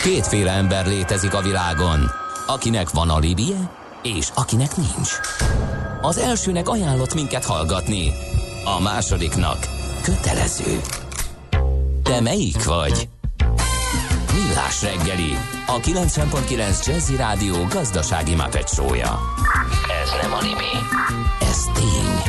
Kétféle ember létezik a világon, akinek van alibije, és akinek nincs. Az elsőnek ajánlott minket hallgatni, a másodiknak kötelező. Te melyik vagy? Millás reggeli, a 90.9 Jazzy Rádió gazdasági Muppet show-ja. Ez nem anime, ez tény.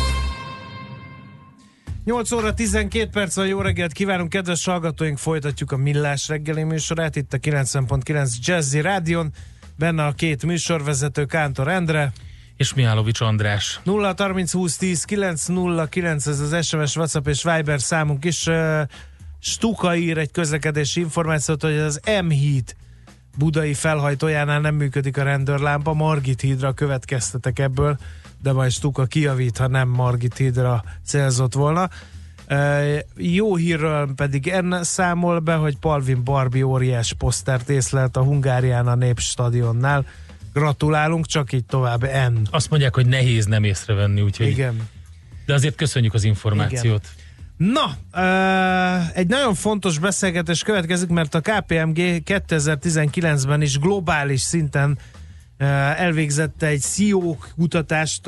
8 óra 12 perc van, jó reggelt kívánunk, kedves hallgatóink, folytatjuk a Millás reggeli műsorát itt a 90.9 Jazzy Rádión, benne a két műsorvezető, Kántor Endre és Mihálovics András. 0 30 20 10 909, ez az SMS, WhatsApp és Viber számunk is. Stuka ír egy közlekedési információt, hogy az M-híd budai felhajtójánál nem működik a rendőrlámpa, Margit hídra következtetek ebből, de majd Stuka kijavít, ha nem Margit hídra célzott volna. Jó hírről pedig számol be, hogy Palvin Barbie óriás posztert észlelt a Hungárián a Népstadionnál. Gratulálunk, csak így tovább N. Azt mondják, hogy nehéz nem észrevenni, úgyhogy... Igen. De azért köszönjük az információt. Igen. Na, egy nagyon fontos beszélgetés következik, mert a KPMG 2019-ben is globális szinten elvégzett egy CEO kutatást,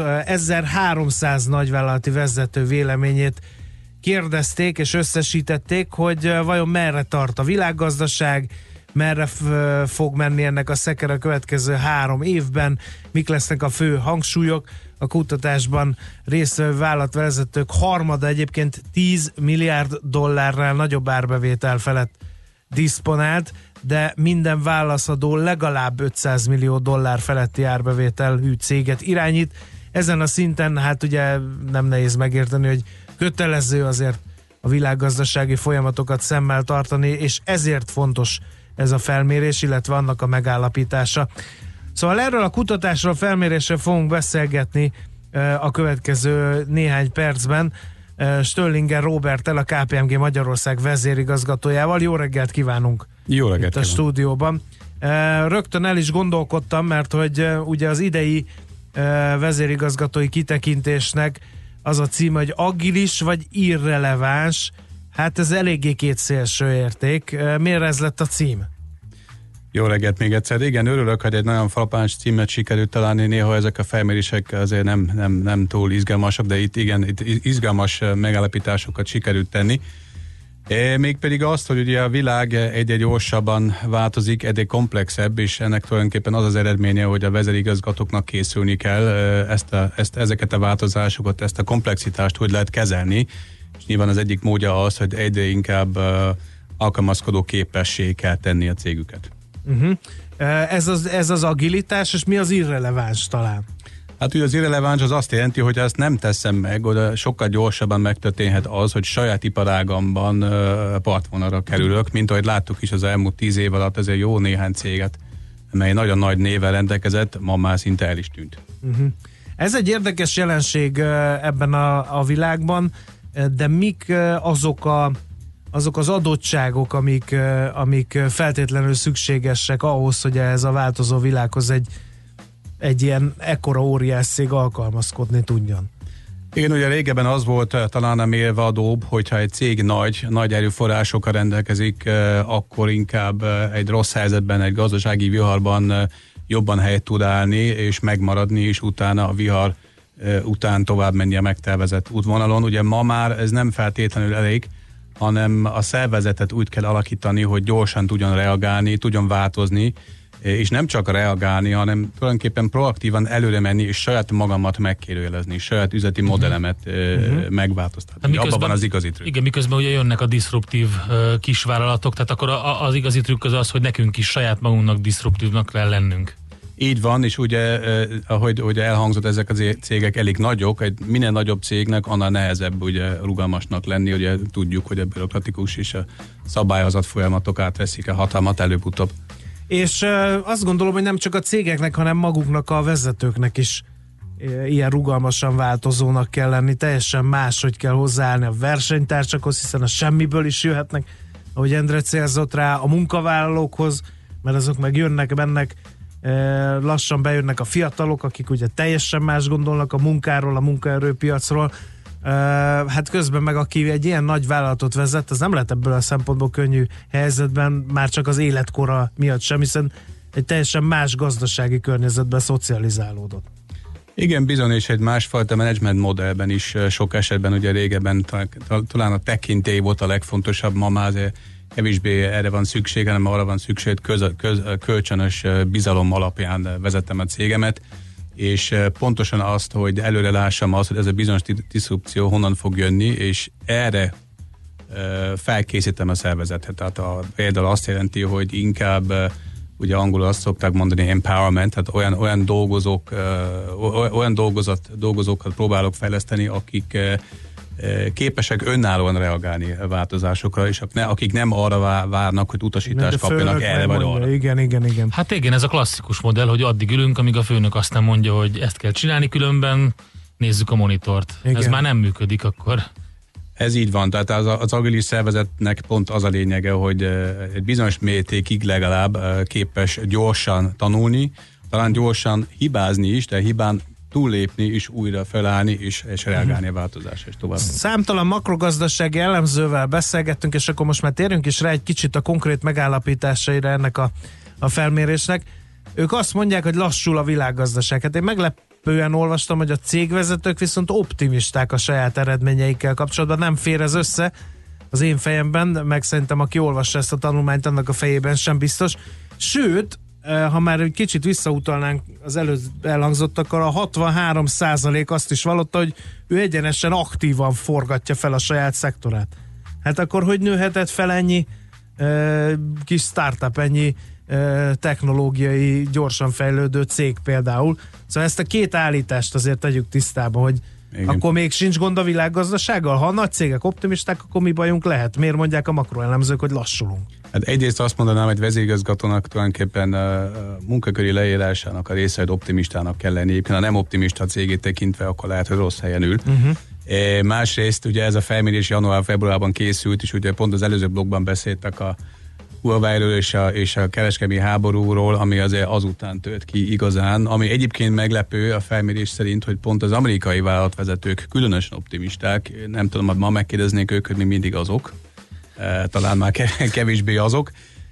1300 nagyvállalati vezető véleményét kérdezték és összesítették, hogy vajon merre tart a világgazdaság, merre fog menni ennek a szekere a következő 3 évben, mik lesznek a fő hangsúlyok. A kutatásban résztvevő vállalatvezetők harmada egyébként 10 milliárd dollárnál nagyobb árbevétel felett diszponált, de minden válaszadó legalább 500 millió dollár feletti árbevételű céget irányít. Ezen a szinten hát ugye nem nehéz megérteni, hogy kötelező azért a világgazdasági folyamatokat szemmel tartani, és ezért fontos ez a felmérés, illetve annak a megállapítása. Szóval erről a kutatásról, felmérésről fogunk beszélgetni a következő néhány percben Stöllinger Róberttel, a KPMG Magyarország vezérigazgatójával. Jó reggelt kívánunk! Jó reggelt itt a stúdióban. Rögtön el is gondolkodtam, mert hogy ugye az idei vezérigazgatói kitekintésnek az a cím, hogy agilis vagy irreleváns. Hát ez eléggé kétszélső érték. Miért ez lett a cím? Jó reggelt még egyszer. Igen, örülök, hogy egy nagyon frappáns címet sikerült találni. Néha ezek a felmérések azért nem túl izgalmasak, de itt izgalmas megállapításokat sikerült tenni. Mégpedig azt, hogy ugye a világ egy gyorsabban változik, egyre komplexebb, és ennek tulajdonképpen az az eredménye, hogy a vezérigazgatóknak készülni kell ezeket a változásokat, ezt a komplexitást hogy lehet kezelni, és nyilván az egyik módja az, hogy egyre inkább alkalmazkodó képessé kell tenni a cégüket. Ez az agilitás, és mi az irreleváns talán? Hát ugye az irreleváns az azt jelenti, hogy ha ezt nem teszem meg, oda sokkal gyorsabban megtörténhet az, hogy saját iparágamban partvonalra kerülök, mint ahogy láttuk is az elmúlt 10 év alatt ezért jó néhány céget, mely nagyon nagy névvel rendelkezett, ma már szinte el is tűnt. Ez egy érdekes jelenség ebben a világban, de mik azok az adottságok, amik feltétlenül szükségesek ahhoz, hogy ez a változó világhoz egy ilyen ekkora óriás cég alkalmazkodni tudjon? Igen, ugye régebben az volt talán a mérvadóbb, hogyha egy cég nagy erőforrásokkal rendelkezik, akkor inkább egy rossz helyzetben, egy gazdasági viharban jobban helyet tud állni, és megmaradni, és utána a vihar után tovább menni a megtervezett útvonalon. Ugye ma már ez nem feltétlenül elég, hanem a szervezetet úgy kell alakítani, hogy gyorsan tudjon reagálni, tudjon változni, és nem csak reagálni, hanem tulajdonképpen proaktívan előre menni, és saját magamat megkérdőjelezni, saját üzleti modellemet megváltoztatni. Abban van az igazi trükk. Igen, miközben ugye jönnek a diszruptív kisvállalatok, tehát akkor az igazi trükk az, hogy nekünk is saját magunknak diszruptívnak kell lennünk. Így van, és ugye, ahogy elhangzott, ezek az cégek elég nagyok, egy minél nagyobb cégnek annál nehezebb ugye rugalmasnak lenni, ugye tudjuk, hogy a bürokratikus és a szabályozat folyamatok átveszik a hatalmat előbb-utóbb. És azt gondolom, hogy nem csak a cégeknek, hanem maguknak, a vezetőknek is ilyen rugalmasan változónak kell lenni, teljesen máshogy kell hozzáállni a versenytársakhoz, hiszen a semmiből is jöhetnek, ahogy Endre célzott rá, a munkavállalókhoz, mert azok meg jönnek, mennek, lassan bejönnek a fiatalok, akik ugye teljesen más gondolnak a munkáról, a munkaerőpiacról, Hát közben meg aki egy ilyen nagy vállalatot vezet, az nem lehet ebből a szempontból könnyű helyzetben, már csak az életkora miatt sem, hiszen egy teljesen más gazdasági környezetben szocializálódott. Igen, bizony, és egy másfajta menedzsment modellben is sok esetben, ugye régebben talán a tekintély volt a legfontosabb, ma már azért kevésbé erre van szükség, hanem arra van szükség, kölcsönös bizalom alapján vezettem a cégemet, és pontosan azt, hogy előre lássam azt, hogy ez a bizonyos diszrupció honnan fog jönni, és erre felkészítem a szervezetet. Tehát például azt jelenti, hogy inkább ugye angolul azt szokták mondani empowerment, tehát olyan dolgozókat próbálok fejleszteni, akik képesek önállóan reagálni a változásokra, és akik nem arra várnak, hogy utasítást kapjanak erre vagy arra. Igen. Hát igen, ez a klasszikus modell, hogy addig ülünk, amíg a főnök azt nem mondja, hogy ezt kell csinálni, különben nézzük a monitort. Igen. Ez már nem működik akkor. Ez így van, tehát az agilis szervezetnek pont az a lényege, hogy egy bizonyos mértékig legalább képes gyorsan tanulni, talán gyorsan hibázni is, de hibán túllépni és újra felállni és reagálni a változásra és tovább. Számtalan makrogazdasági elemzővel beszélgettünk, és akkor most már térjünk is rá egy kicsit a konkrét megállapításaira ennek a felmérésnek. Ők azt mondják, hogy lassul a világgazdaság. Hát én meglepően olvastam, hogy a cégvezetők viszont optimisták a saját eredményeikkel kapcsolatban. Nem fér ez össze az én fejemben, meg szerintem aki olvassa ezt a tanulmányt, annak a fejében sem biztos. Sőt, ha már egy kicsit visszautalnánk az előbb elhangzottakra, a 63% azt is vallotta, hogy ő egyenesen aktívan forgatja fel a saját szektorát. Hát akkor hogy nőhetett fel ennyi kis startup, ennyi technológiai, gyorsan fejlődő cég például? Szóval ezt a két állítást azért tegyük tisztába, hogy igen. Akkor még sincs gond a világgazdasággal? Ha a nagy cégek optimisták, akkor mi bajunk lehet? Miért mondják a makroelemzők, hogy lassulunk? Hát egyrészt azt mondanám, hogy vezérigazgatónak tulajdonképpen a munkaköri leírásának a része, hogy optimistának kell lenni. Ha nem optimista cégét tekintve, akkor lehet, hogy rossz helyen ül. Másrészt ugye ez a felmérés január-februárban készült, és ugye pont az előző blogban beszéltek a Huawei-ről és a kereskedelmi háborúról, ami azért azután tört ki igazán, ami egyébként meglepő a felmérés szerint, hogy pont az amerikai vállalatvezetők különösen optimisták, nem tudom, ma megkérdeznék ők, hogy mi mindig azok, talán már kevésbé azok.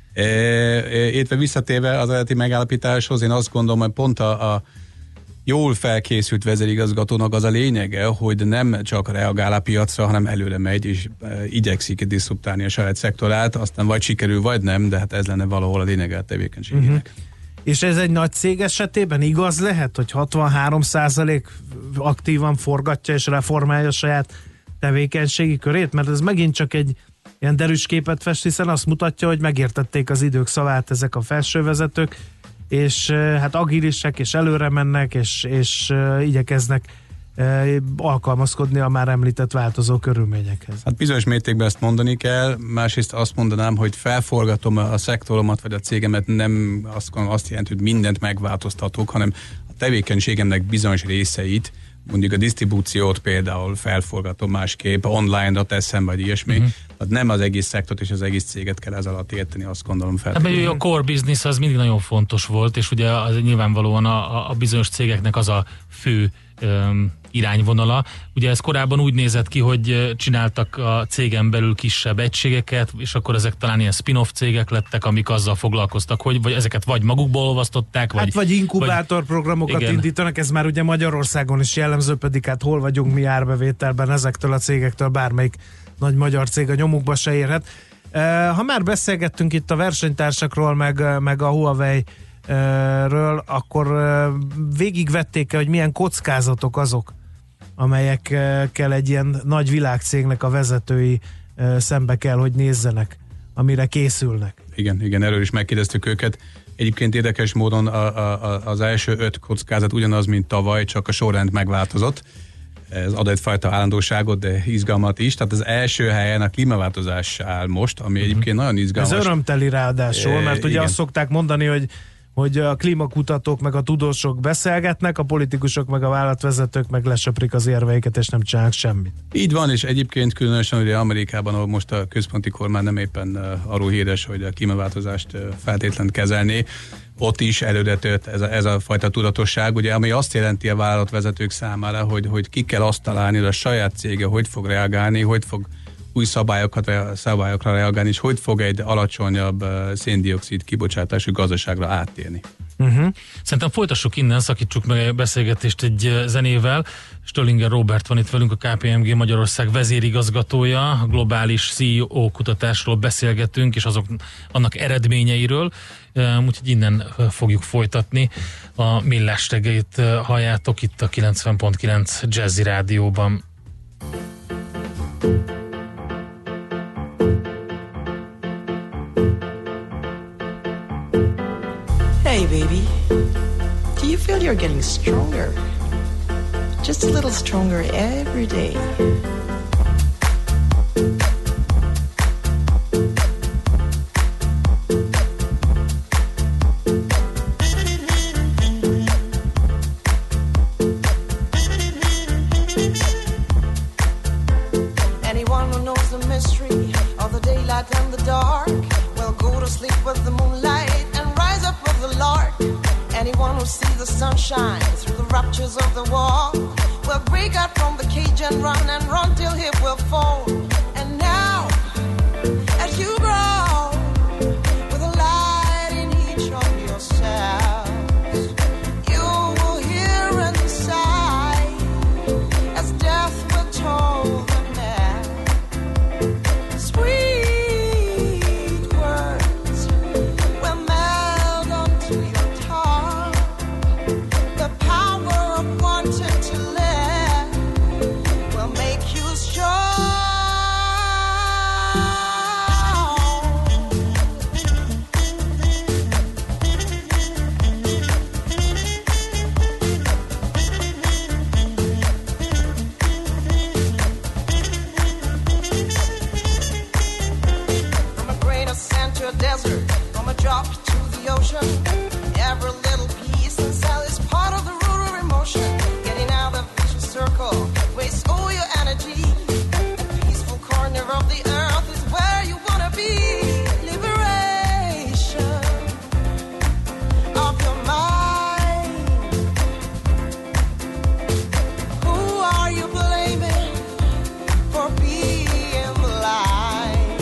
Értve visszatérve az eredeti megállapításhoz, én azt gondolom, hogy pont a jól felkészült vezérigazgatónak az a lényege, hogy nem csak reagál a piacra, hanem előre megy, és igyekszik diszruptálni a saját szektorát, aztán vagy sikerül, vagy nem, de hát ez lenne valahol a lényege a tevékenységének. És ez egy nagy cég esetében igaz lehet, hogy 63% aktívan forgatja és reformálja a saját tevékenységi körét? Mert ez megint csak egy ilyen derűs képet fest, hiszen azt mutatja, hogy megértették az idők szavát ezek a felsővezetők, és hát agilisek, és előre mennek, és igyekeznek alkalmazkodni a már említett változó körülményekhez. Hát bizonyos mértékben ezt mondani kell, másrészt azt mondanám, hogy felforgatom a szektoromat, vagy a cégemet, nem azt jelenti, hogy mindent megváltoztatok, hanem a tevékenységemnek bizonyos részeit, mondjuk a disztribúciót például felforgatom másképp, online-ra teszem, vagy ilyesmi. Hát nem az egész szektort és az egész céget kell ez alatt érteni, azt gondolom feltétlenül. A core business az mindig nagyon fontos volt, és ugye az nyilvánvalóan a bizonyos cégeknek az a fő irányvonala. Ugye ez korábban úgy nézett ki, hogy csináltak a cégen belül kisebb egységeket, és akkor ezek talán ilyen spin-off cégek lettek, amik azzal foglalkoztak, hogy vagy ezeket vagy magukból olvasztották, vagy inkubátorprogramokat indítanak, ez már ugye Magyarországon is jellemző, pedig hát hol vagyunk mi árbevételben ezektől a cégektől, bármelyik nagy magyar cég a nyomukba se érhet. Ha már beszélgettünk itt a versenytársakról, meg a Huawei-ről, akkor végigvették-e, hogy milyen kockázatok azok, amelyekkel egy ilyen nagy világcégnek a vezetői szembe kell, hogy nézzenek, amire készülnek. Igen, erről is megkérdeztük őket. Egyébként érdekes módon az első 5 kockázat ugyanaz, mint tavaly, csak a sorrend megváltozott. Ez ad egyfajta állandóságot, de izgalmat is. Tehát az első helyen a klímaváltozás áll most, ami egyébként nagyon izgalmas. Ez örömteli ráadásul, mert ugye azt szokták mondani, hogy a klímakutatók meg a tudósok beszélgetnek, a politikusok meg a vállalatvezetők meg lesöprik az érveiket, és nem csinálnak semmit. Így van, és egyébként különösen ugye Amerikában, ahol most a központi kormány nem éppen arról híres, hogy a klímaváltozást feltétlenül kezelné, ott is előre tört ez a fajta tudatosság, ugye, ami azt jelenti a vállalatvezetők számára, hogy ki kell azt találni, hogy a saját cége hogy fog reagálni, hogy fog új szabályokra reagálni, és hogy fog egy alacsonyabb széndioxid kibocsátású gazdaságra áttérni. Szerintem folytassuk innen, szakítsuk meg a beszélgetést egy zenével. Stöllinger Róbert van itt velünk, a KPMG Magyarország vezérigazgatója, a globális CEO kutatásról beszélgetünk, és annak eredményeiről, úgyhogy innen fogjuk folytatni. A Millás reggelit halljátok itt a 90.9 Jazzy Rádióban. Hey baby, do you feel you're getting stronger? Just a little stronger every day. Anyone who knows the mystery of the daylight and the dark will go to sleep with the moonlight and rise up with the lark. Anyone who sees the sunshine through the raptures of the wall will break out from the cage and run till he will fall. And now, as you grow with a light in each of yourselves, you will hear inside as death will toll the man. Sweet words will meld onto your tongue. The power of wanting to live will make you strong. From a grain of sand to a desert, from a drop to the ocean, every little piece inside is part of the root of emotion. Getting out of the vicious circle, waste all your energy. A peaceful corner of the earth is where you wanna be. Liberation of your mind. Who are you blaming for being blind?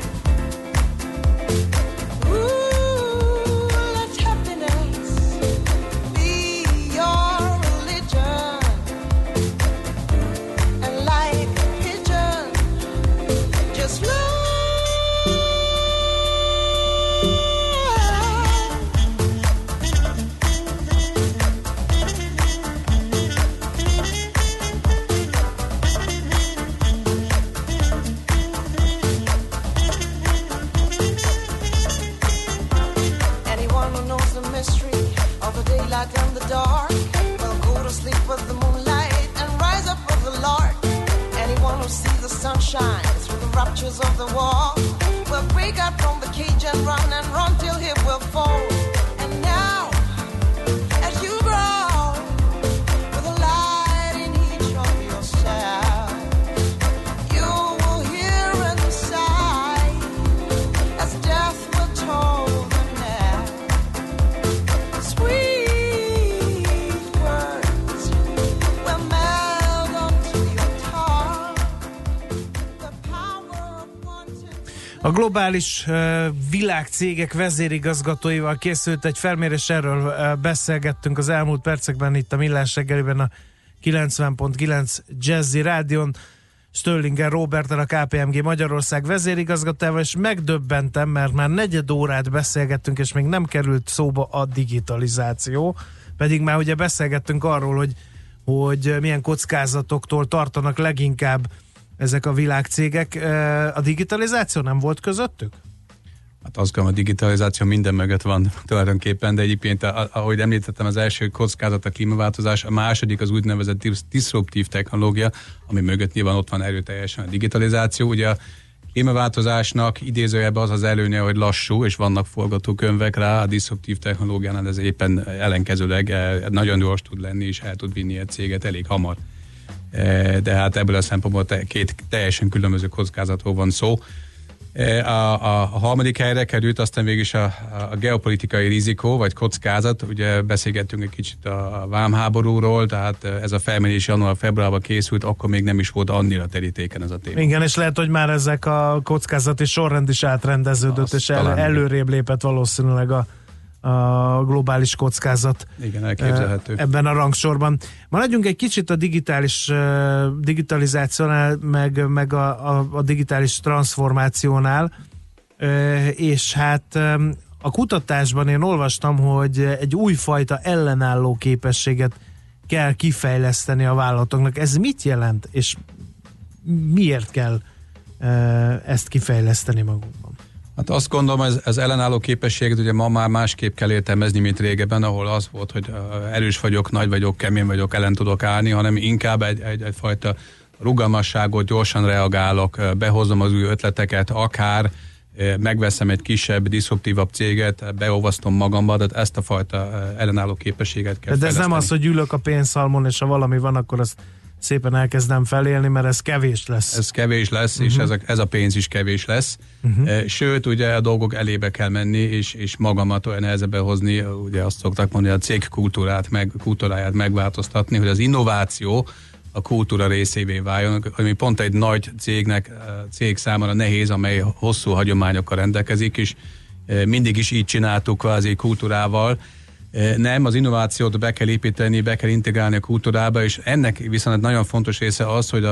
Ooh, let happiness be your religion. And like a pigeon, just fly. Anyone who knows the mystery of the daylight and the dark will go to sleep with the moonlight and rise up with the lark. Anyone who sees the sunshine through the raptures of the wall will break out from the cage and run till he will fall. And now, as you grow with a light in each of yourselves, you will hear inside as death will toll the net. Sweet words will meld onto your tongue. The power of wanting. A globális világcégek vezérigazgatóival készült egy felmérés, erről beszélgettünk az elmúlt percekben itt a Millás reggeliben a 90.9 Jazzy Rádion. Stöllinger Róberttel, a KPMG Magyarország vezérigazgatójával, és megdöbbentem, mert már negyed órát beszélgettünk, és még nem került szóba a digitalizáció, pedig már ugye beszélgettünk arról, hogy milyen kockázatoktól tartanak leginkább ezek a világcégek. A digitalizáció nem volt közöttük? Hát azt gondolom, a digitalizáció minden mögött van tulajdonképpen, de egyébként, ahogy említettem, az első kockázat a klímaváltozás, a második az úgynevezett diszruptív technológia, ami mögött nyilván ott van erőteljesen a digitalizáció. Ugye klímaváltozásnak idézőjelben az az előnye, hogy lassú, és vannak forgatókönyvek rá, a diszruptív technológiánál ez éppen ellenkezőleg nagyon gyors tud lenni, és el tud vinni egy céget elég hamar. De hát ebből a szempontból két teljesen különböző kockázatról van szó. A harmadik helyre került aztán végig is a geopolitikai rizikó, vagy kockázat. Ugye beszélgettünk egy kicsit a vámháborúról, tehát ez a felmérés január-februárban készült, akkor még nem is volt annyira terítéken ez a téma. Igen, és lehet, hogy már ezek a kockázati sorrend is átrendeződött, azt és előrébb lépett valószínűleg a globális kockázat. Igen, elképzelhető. Ebben a rangsorban. Maradjunk egy kicsit a digitalizációnál, meg a digitális transformációnál, és hát a kutatásban én olvastam, hogy egy újfajta ellenálló képességet kell kifejleszteni a vállalatoknak. Ez mit jelent, és miért kell ezt kifejleszteni magukban? Hát azt gondolom, ez ellenálló képességet ugye ma már másképp kell értelmezni, mint régebben, ahol az volt, hogy erős vagyok, nagy vagyok, kemény vagyok, ellen tudok állni, hanem inkább egyfajta rugalmasságot, gyorsan reagálok, behozom az új ötleteket, akár megveszem egy kisebb, diszruptívabb céget, beolvasztom magamba, de ezt a fajta ellenálló képességet kell de ez fejleszteni. nem az, hogy ülök a pénzhalmon, és ha valami van, akkor azt szépen elkezdem felélni, mert ez kevés lesz. Ez kevés lesz, és ez a pénz is kevés lesz. Sőt, ugye a dolgok elébe kell menni, és magamat olyan nehezebben hozni, ugye azt szokták mondani, a cég kultúráját megváltoztatni, hogy az innováció a kultúra részévé váljon, ami pont egy nagy cég számára nehéz, amely hosszú hagyományokkal rendelkezik, és mindig is így csináltuk kvázi kultúrával. Nem, az innovációt be kell építeni, be kell integrálni a kultúrába, és ennek viszont nagyon fontos része az, hogy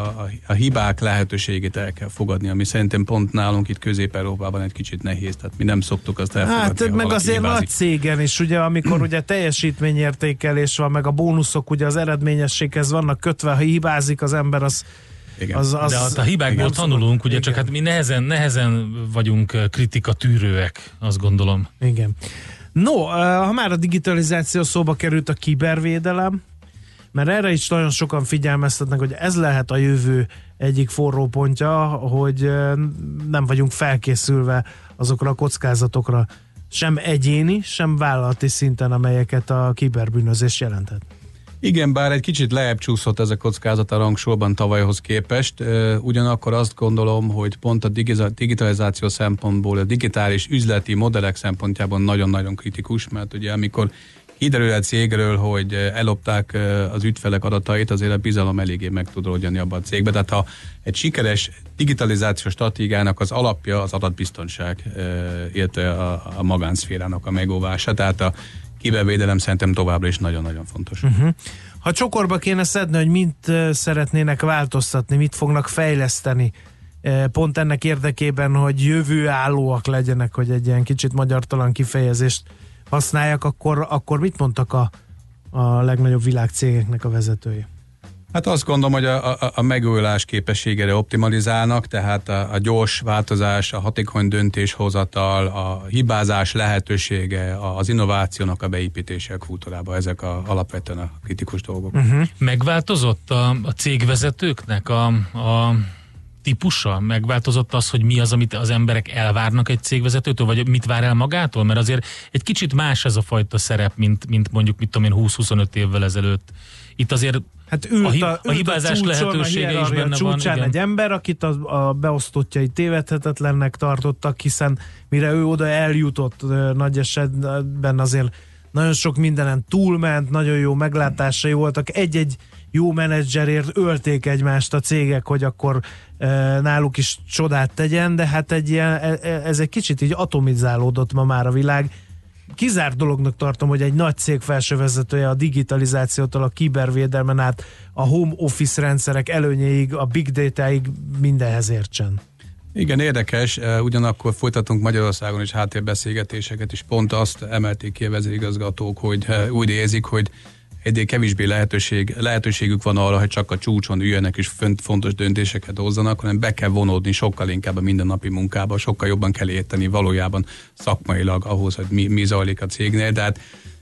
a hibák lehetőségét el kell fogadni, ami szerintem pont nálunk itt Közép-Európában egy kicsit nehéz, tehát mi nem szoktuk azt elfogadni. Hát meg azért nagy cégen is, ugye, amikor ugye teljesítményértékelés van, meg a bónuszok ugye az eredményességhez vannak kötve, ha hibázik az ember, az... Igen. De a hibákból tanulunk, ugye, csak hát mi nehezen vagyunk kritikatűrőek, azt gondolom. Igen. No, ha már a digitalizáció szóba került, a kibervédelem, mert erre is nagyon sokan figyelmeztetnek, hogy ez lehet a jövő egyik forró pontja, hogy nem vagyunk felkészülve azokra a kockázatokra, sem egyéni, sem vállalati szinten, amelyeket a kiberbűnözés jelentett. Igen, bár egy kicsit lejjebb csúszott ez a kockázat a rangsorban tavalyhoz képest, ugyanakkor azt gondolom, hogy pont a digitalizáció szempontból, a digitális üzleti modellek szempontjában nagyon-nagyon kritikus, mert ugye amikor kiderül egy cégről, hogy ellopták az ügyfelek adatait, azért a bizalom eléggé meg tud rodjani abban a cégben. Tehát ha egy sikeres digitalizációs stratégiának az alapja az adatbiztonság, illetve a magánszférának a megóvása, tehát a kibervédelem szerintem továbbra is nagyon-nagyon fontos. Ha csokorba kéne szedni, hogy mit szeretnének változtatni, mit fognak fejleszteni, pont ennek érdekében, hogy jövőállóak legyenek, hogy egy ilyen kicsit magyartalan kifejezést használják, akkor mit mondtak a legnagyobb világcégeknek a vezetői? Hát azt gondolom, hogy a megújulás képességére optimalizálnak, tehát a gyors változás, a hatékony döntéshozatal, a hibázás lehetősége, az innovációnak a beépítése a kultúrába, ezek alapvetően a kritikus dolgok. Megváltozott a cégvezetőknek a típusa? Megváltozott az, hogy mi az, amit az emberek elvárnak egy cégvezetőtől, vagy mit vár el magától? Mert azért egy kicsit más ez a fajta szerep, mint mondjuk, 20-25 évvel ezelőtt. Itt azért hát ült a hibázás lehetősége is benne van. Igen. Egy ember, akit a beosztottjai tévedhetetlennek tartottak, hiszen mire ő oda eljutott, nagy esetben azért nagyon sok mindenen túlment, nagyon jó meglátásai voltak, egy-egy jó menedzserért ölték egymást a cégek, hogy akkor náluk is csodát tegyen, de hát ez egy kicsit így atomizálódott ma már a világ. Kizárt dolognak tartom, hogy egy nagy cég felsővezetője a digitalizációtól, a kibervédelmen át, a home office rendszerek előnyéig, a big data-ig mindenhez értsen. Igen, érdekes, ugyanakkor folytatunk Magyarországon is háttérbeszélgetéseket, és pont azt emelték ki a vezérigazgatók, hogy úgy érzik, hogy egyre kevésbé lehetőségük van arra, hogy csak a csúcson üljenek és fontos döntéseket hozzanak, hanem be kell vonódni sokkal inkább a mindennapi munkába, sokkal jobban kell érteni valójában szakmailag ahhoz, hogy mi zajlik a cégnél, de hát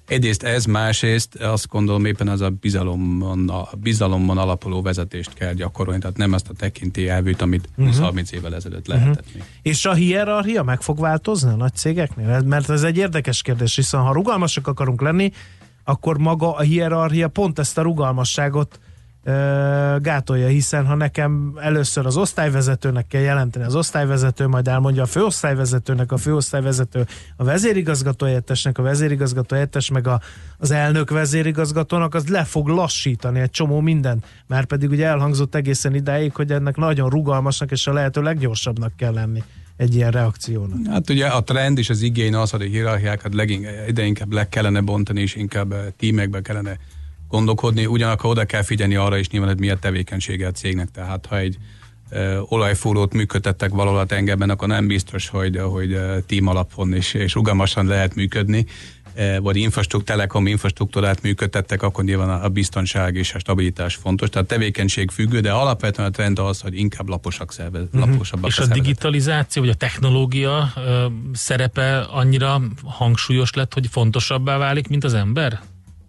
Egyrészt ez, másrészt azt gondolom éppen az a bizalomon alapuló vezetést kell gyakorolni, tehát nem azt a tekintélyelvűt, amit 20-30 évvel ezelőtt lehetett még. És a hierarchia meg fog változni a nagy cégeknél? Mert ez egy érdekes kérdés, hiszen ha rugalmasak akarunk lenni, akkor maga a hierarchia pont ezt a rugalmasságot gátolja, hiszen ha nekem először az osztályvezetőnek kell jelenteni, az osztályvezető majd elmondja a főosztályvezetőnek, a főosztályvezető a vezérigazgató helyettesnek, a vezérigazgató helyettes meg az elnök vezérigazgatónak, az le fog lassítani egy csomó mindent, már pedig ugye elhangzott egészen idáig, hogy ennek nagyon rugalmasnak és a lehető leggyorsabbnak kell lenni egy ilyen reakciónak. Hát ugye a trend és az igény az, hogy a hierarchiákat ide inkább le kellene bontani, és inkább tímekbe kellene gondolkodni, ugyanakkor oda kell figyelni arra is nyilván, hogy mi a tevékenysége a cégnek, tehát ha egy olajfúrót működtettek valahol a tengerben, akkor nem biztos, hogy tím alapon és rugalmasan lehet működni, vagy telekom infrastruktúrát működtettek, akkor nyilván a biztonság és a stabilitás fontos, tehát tevékenység függő, de alapvetően a trend az, hogy inkább laposabbak És a digitalizáció, vagy a technológia szerepe annyira hangsúlyos lett, hogy fontosabbá válik, mint az ember?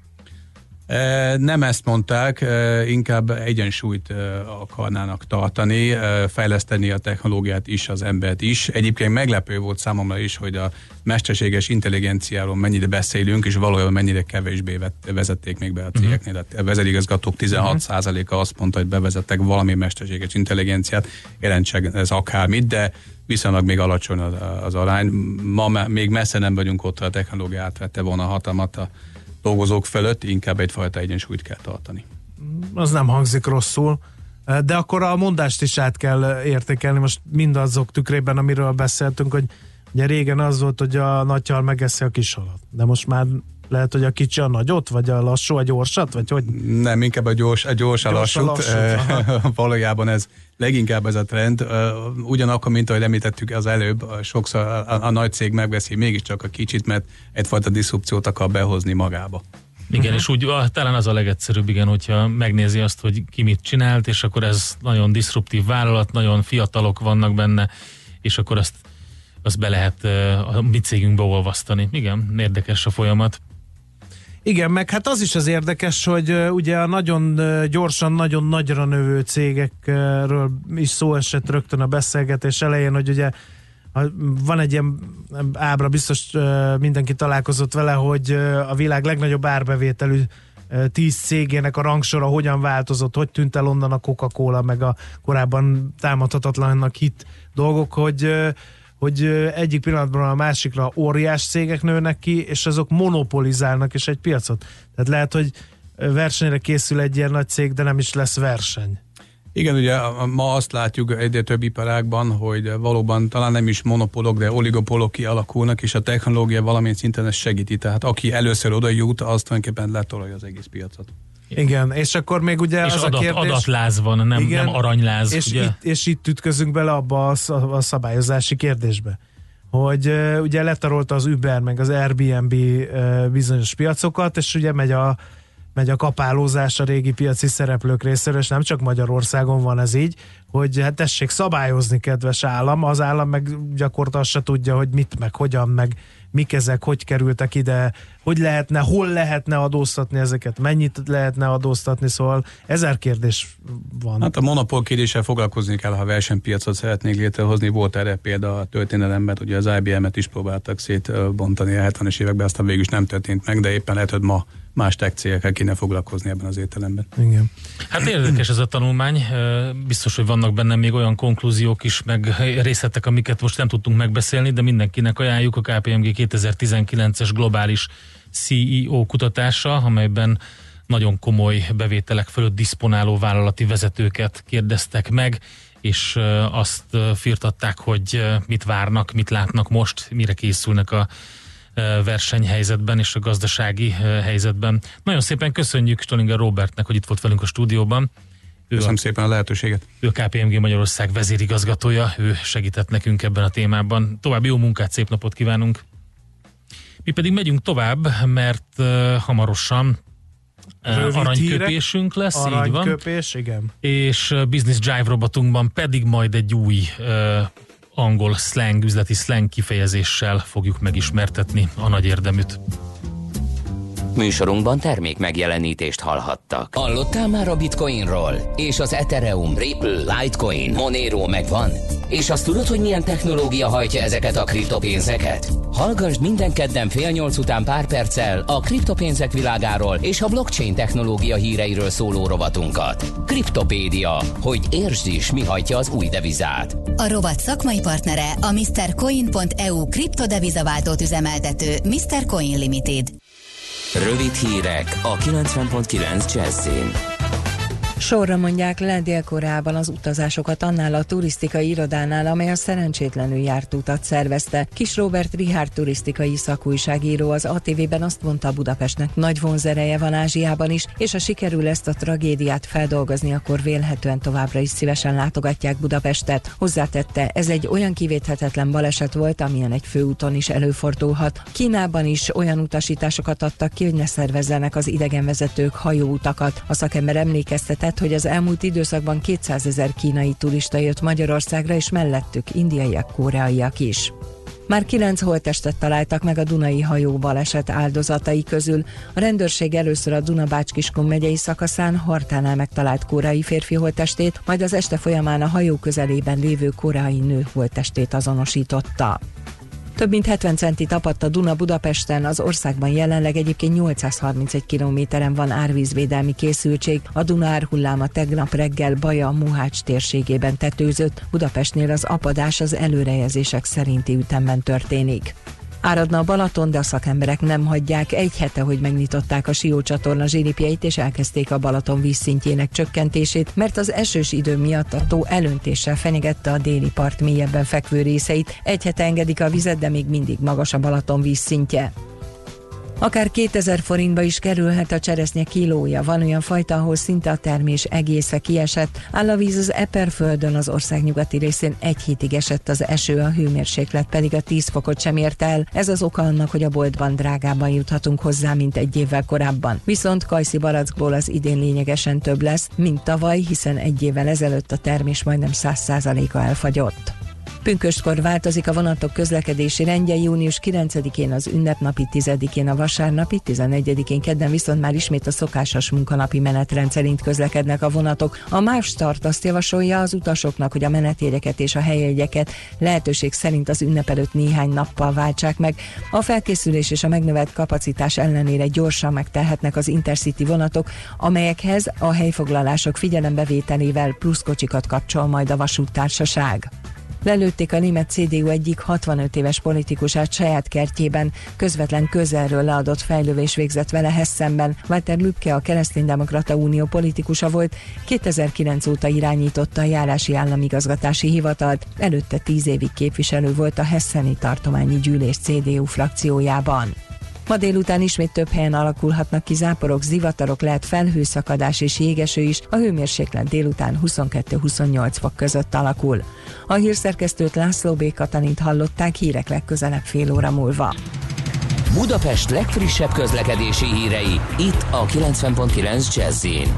Nem ezt mondták, inkább egyensúlyt akarnának tartani, fejleszteni a technológiát is, az embert is. Egyébként meglepő volt számomra is, hogy a mesterséges intelligenciáról mennyire beszélünk, és valójában mennyire kevésbé vezették még be a cégeknél. A vezérigazgatók 16%-a azt mondta, hogy bevezettek valami mesterséges intelligenciát, jelentsen ez akármit, de viszonylag még alacsony az arány. Ma még messze nem vagyunk ott, a technológia átvette volna a hatalmat a dolgozók fölött, inkább egyfajta egyensúlyt kell tartani. Az nem hangzik rosszul, de akkor a mondást is át kell értékelni, most mindazok tükrében, amiről beszéltünk, hogy ugye régen az volt, hogy a nagy hal megeszi a kis halat, de most már lehet, hogy a kicsi a nagyot, vagy a lassú a gyorsat, vagy hogy? Nem, inkább a gyors a lassút. Valójában ez leginkább ez a trend. Ugyanakkor, mint ahogy említettük az előbb, sokszor a nagy cég megveszi mégiscsak a kicsit, mert egyfajta diszrupciót akar behozni magába. Igen, és úgy talán az a legegyszerűbb, igen, hogyha megnézi azt, hogy ki mit csinált, és akkor ez nagyon diszruptív vállalat, nagyon fiatalok vannak benne, és akkor azt be lehet a mi cégünkbe olvasztani. Igen, érdekes a folyamat. Igen, meg hát az is az érdekes, hogy ugye a nagyon gyorsan, nagyon nagyra növő cégekről is szó esett rögtön a beszélgetés elején, hogy ugye van egy ilyen ábra, biztos mindenki találkozott vele, hogy a világ legnagyobb árbevételű 10 cégének a rangsora hogyan változott, hogy tűnt el onnan a Coca-Cola, meg a korábban támadhatatlannak hit dolgok, hogy egyik pillanatban a másikra óriás cégek nőnek ki, és azok monopolizálnak is egy piacot. Tehát lehet, hogy versenyre készül egy ilyen nagy cég, de nem is lesz verseny. Igen, ugye ma azt látjuk egyre több iparágban, hogy valóban talán nem is monopolok, de oligopolok kialakulnak, és a technológia valamilyen szinten ezt segíti. Tehát aki először oda jut, az tulajdonképpen letolja az egész piacot. Igen, és akkor még ugye és az a kérdés... adatláz van, nem aranyláz. És itt ütközünk bele abba a szabályozási kérdésbe, hogy ugye letarolta az Uber meg az Airbnb bizonyos piacokat, és ugye megy a kapálózás a régi piaci szereplők részéről, és nem csak Magyarországon van ez így, hogy hát tessék szabályozni, kedves állam, az állam meg gyakorlatilag se tudja, hogy mit, meg hogyan, meg mik ezek, hogy kerültek ide, hogy lehetne, hol lehetne adóztatni ezeket, mennyit lehetne adóztatni, szóval 1000 kérdés van. Hát a monopól kérdéssel foglalkozni kell, ha versenypiacot szeretnék létrehozni. Volt erre példa a történelemben, ugye az IBM-et is próbáltak szétbontani a 70-es években, aztán végül is nem történt meg, de éppen lehet, hogy ma más tech cégekkel kéne foglalkozni ebben az értelemben. Igen. Hát érdekes ez a tanulmány, biztos, hogy vannak benne még olyan konklúziók is, meg részletek, amiket most nem tudtunk megbeszélni, de mindenkinek ajánljuk a KPMG 2019-es globális CEO kutatása, amelyben nagyon komoly bevételek fölött diszponáló vállalati vezetőket kérdeztek meg, és azt firtatták, hogy mit várnak, mit látnak most, mire készülnek a versenyhelyzetben és a gazdasági helyzetben. Nagyon szépen köszönjük Stollinger Robertnek, hogy itt volt velünk a stúdióban. Köszönöm szépen a lehetőséget. Ő a KPMG Magyarország vezérigazgatója, ő segített nekünk ebben a témában. További jó munkát, szép napot kívánunk! Mi pedig megyünk tovább, mert hamarosan aranyköpésünk lesz, aranyköpés, így van. Igen. És Business Drive robotunkban pedig majd egy új angol üzleti slang kifejezéssel fogjuk megismertetni a nagy érdeműt. Műsorunkban termék megjelenítést hallhattak. Hallottál már a Bitcoinról? És az Ethereum, Ripple, Litecoin, Monero megvan? És azt tudod, hogy milyen technológia hajtja ezeket a kriptopénzeket? Hallgass minden kedden 7:30 után pár perccel a kriptopénzek világáról és a blockchain technológia híreiről szóló rovatunkat. Kriptopédia, hogy értsd is, mi hajtja az új devizát. A rovat szakmai partnere a MrCoin.eu kriptodevizaváltót üzemeltető Mr. Coin Limited. Rövid hírek a 90.9 Jazzin. Sorra mondják le Dél-Koreában az utazásokat annál a turisztikai irodánál, amely a szerencsétlenül járt utat szervezte. Kis Róbert Richárd turisztikai szakújságíró az ATV-ben azt mondta, Budapestnek nagy vonzereje van Ázsiában is, és ha sikerül ezt a tragédiát feldolgozni, akkor vélhetően továbbra is szívesen látogatják Budapestet. Hozzátette, ez egy olyan kivéthetetlen baleset volt, amilyen egy főúton is előfordulhat. Kínában is olyan utasításokat adtak ki, hogy ne szervezzenek az idegenvezetők hajóutakat. A szakember emlékeztetett, hogy az elmúlt időszakban 200 000 kínai turista jött Magyarországra, és mellettük indiaiak, koreaiak is. Már 9 holttestet találtak meg a Dunai hajó baleset áldozatai közül. A rendőrség először a Duna-Bács-Kiskun megyei szakaszán Hartánál megtalált koreai férfi holttestét, majd az este folyamán a hajó közelében lévő koreai nő holttestét azonosította. Több mint 70 centi tapadt a Duna Budapesten, az országban jelenleg egyébként 831 kilométeren van árvízvédelmi készültség. A Duna árhulláma tegnap reggel Baja-Mohács térségében tetőzött, Budapestnél az apadás az előrejelzések szerinti ütemben történik. Áradna a Balaton, de a szakemberek nem hagyják. Egy hete, hogy megnyitották a Sió csatorna zsilipjeit, és elkezdték a Balaton vízszintjének csökkentését, mert az esős idő miatt a tó elöntéssel fenyegette a déli part mélyebben fekvő részeit. Egy hete engedik a vizet, de még mindig magas a Balaton vízszintje. Akár 2000 forintba is kerülhet a cseresznye kilója. Van olyan fajta, ahol szinte a termés egésze kiesett. Áll a víz az Eperföldön, az ország nyugati részén egy hétig esett az eső, a hőmérséklet pedig a 10 fokot sem ért el. Ez az oka annak, hogy a boltban drágában juthatunk hozzá, mint egy évvel korábban. Viszont kajszi barackból az idén lényegesen több lesz, mint tavaly, hiszen egy évvel ezelőtt a termés majdnem 100%-a elfagyott. Pünköstkor változik a vonatok közlekedési rendje, június 9-én az ünnepnapi, 10-én a vasárnapi, 11-én kedden viszont már ismét a szokásos munkanapi menetrend szerint közlekednek a vonatok. A MÁV Start azt javasolja az utasoknak, hogy a menetjegyeket és a helyjegyeket lehetőség szerint az ünnep előtt néhány nappal váltsák meg. A felkészülés és a megnövelt kapacitás ellenére gyorsan megtelhetnek az Intercity vonatok, amelyekhez a helyfoglalások figyelembevételével pluszkocsikat kapcsol majd a vasúttársaság. Lelőtték a német CDU egyik 65 éves politikusát saját kertjében, közvetlen közelről leadott fejlövés végzett vele Hessenben. Walter Lübke, a Kereszténydemokrata Unió politikusa volt, 2009 óta irányította a járási államigazgatási hivatalt, előtte 10 évig képviselő volt a hesseni tartományi gyűlés CDU frakciójában. Ma délután ismét több helyen alakulhatnak ki záporok, zivatarok, lehet felhőszakadás és jégeső is, a hőmérséklet délután 22-28 fok között alakul. A hírszerkesztőt, László B. Katalint hallották, hírek legközelebb fél óra múlva. Budapest legfrissebb közlekedési hírei, itt a 90.9 Jazzin.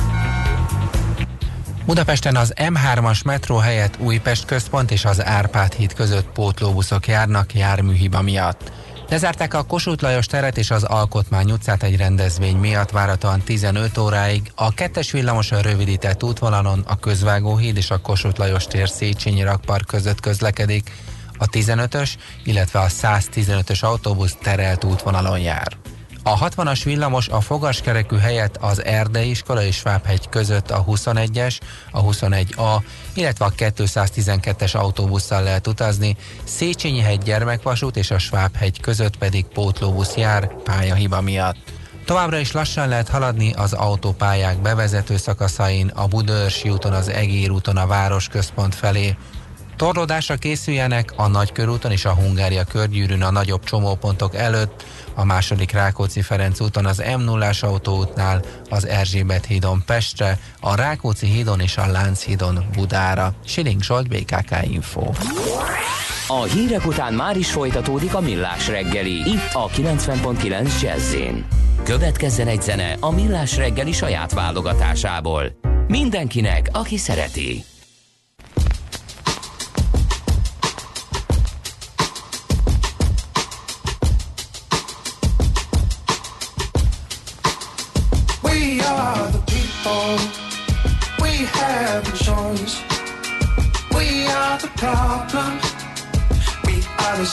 Budapesten az M3-as metró helyett Újpest központ és az Árpád híd között pótlóbuszok járnak járműhiba miatt. Lezárták a Kossuth Lajos teret és az Alkotmány utcát egy rendezvény miatt, várhatóan 15 óráig. A 2-es villamos a rövidített útvonalon a Közvágóhíd és a Kossuth Lajos tér Széchenyi rakpark között közlekedik. A 15-ös, illetve a 115-ös autóbusz terelt útvonalon jár. A 60-as villamos a fogaskerekű helyett az Erdei iskola és Svábhegy között a 21-es, a 21A, illetve a 212-es autóbusszal lehet utazni, Széchenyi-hegy gyermekvasút és a Svábhegy között pedig pótlóbusz jár pályahiba miatt. Továbbra is lassan lehet haladni az autópályák bevezető szakaszain, a Budaörsi úton, az Egér úton a városközpont felé. Torlódásra készüljenek a Nagykörúton és a Hungária körgyűrűn a nagyobb csomópontok előtt, a második Rákóczi-Ferenc úton az M0-ás autóútnál, az Erzsébet hídon Pestre, a Rákóczi hídon és a Lánchídon Budára. Siling Zsolt, BKK Info. A hírek után már is folytatódik a Millás reggeli, itt a 90.9 Jazzin. Következzen egy zene a Millás reggeli saját válogatásából. Mindenkinek, aki szereti.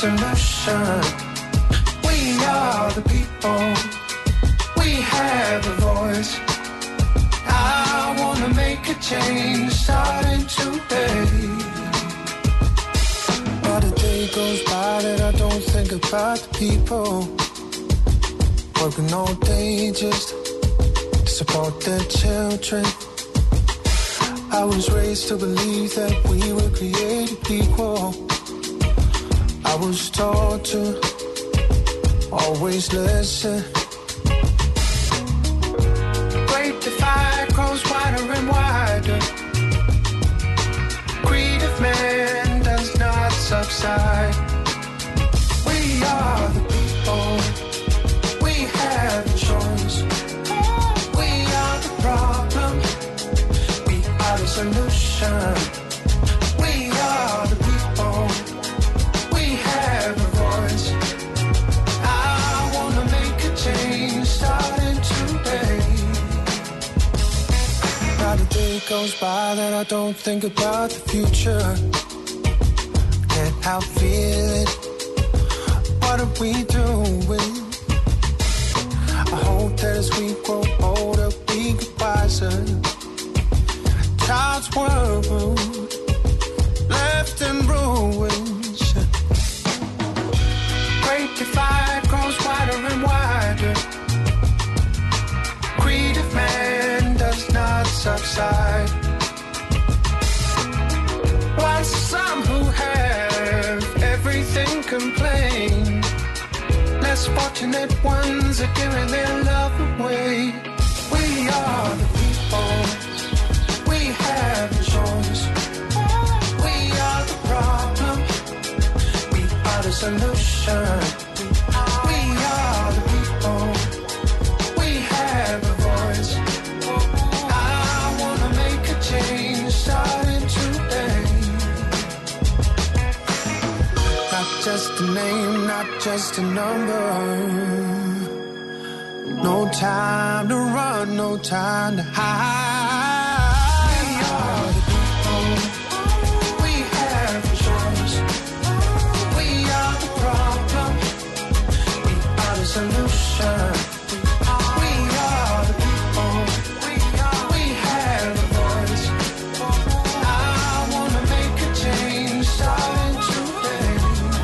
solution. We are the people. We have a voice. I wanna make a change starting today. But a day goes by that I don't think about the people working all day just to support their children. I was raised to believe that we were created equal. I was taught to always listen. Great divide grows wider and wider. Greed of man does not subside. We are the people. We have a choice. We are the problem. We are the solution. We are the people. We have a voice. I wanna make a change starting today. Not a day goes by that I don't think about the future. Can't help feeling. What are we doing? I hope that as we grow older we get wiser. Child's world left in ruins. Great divide grows wider and wider. Greed of man does not subside. While some who have everything complain, less fortunate ones are giving their love away. We are the people. We have a choice. We are the problem. We are the solution. We are the people. We have a voice. I wanna make a change starting today. Not just a name, not just a number. No time to run, no time to hide. We are the people. We have a choice. We are the problem. We are the solution. We are the people. We have a voice. I wanna make a change starting today.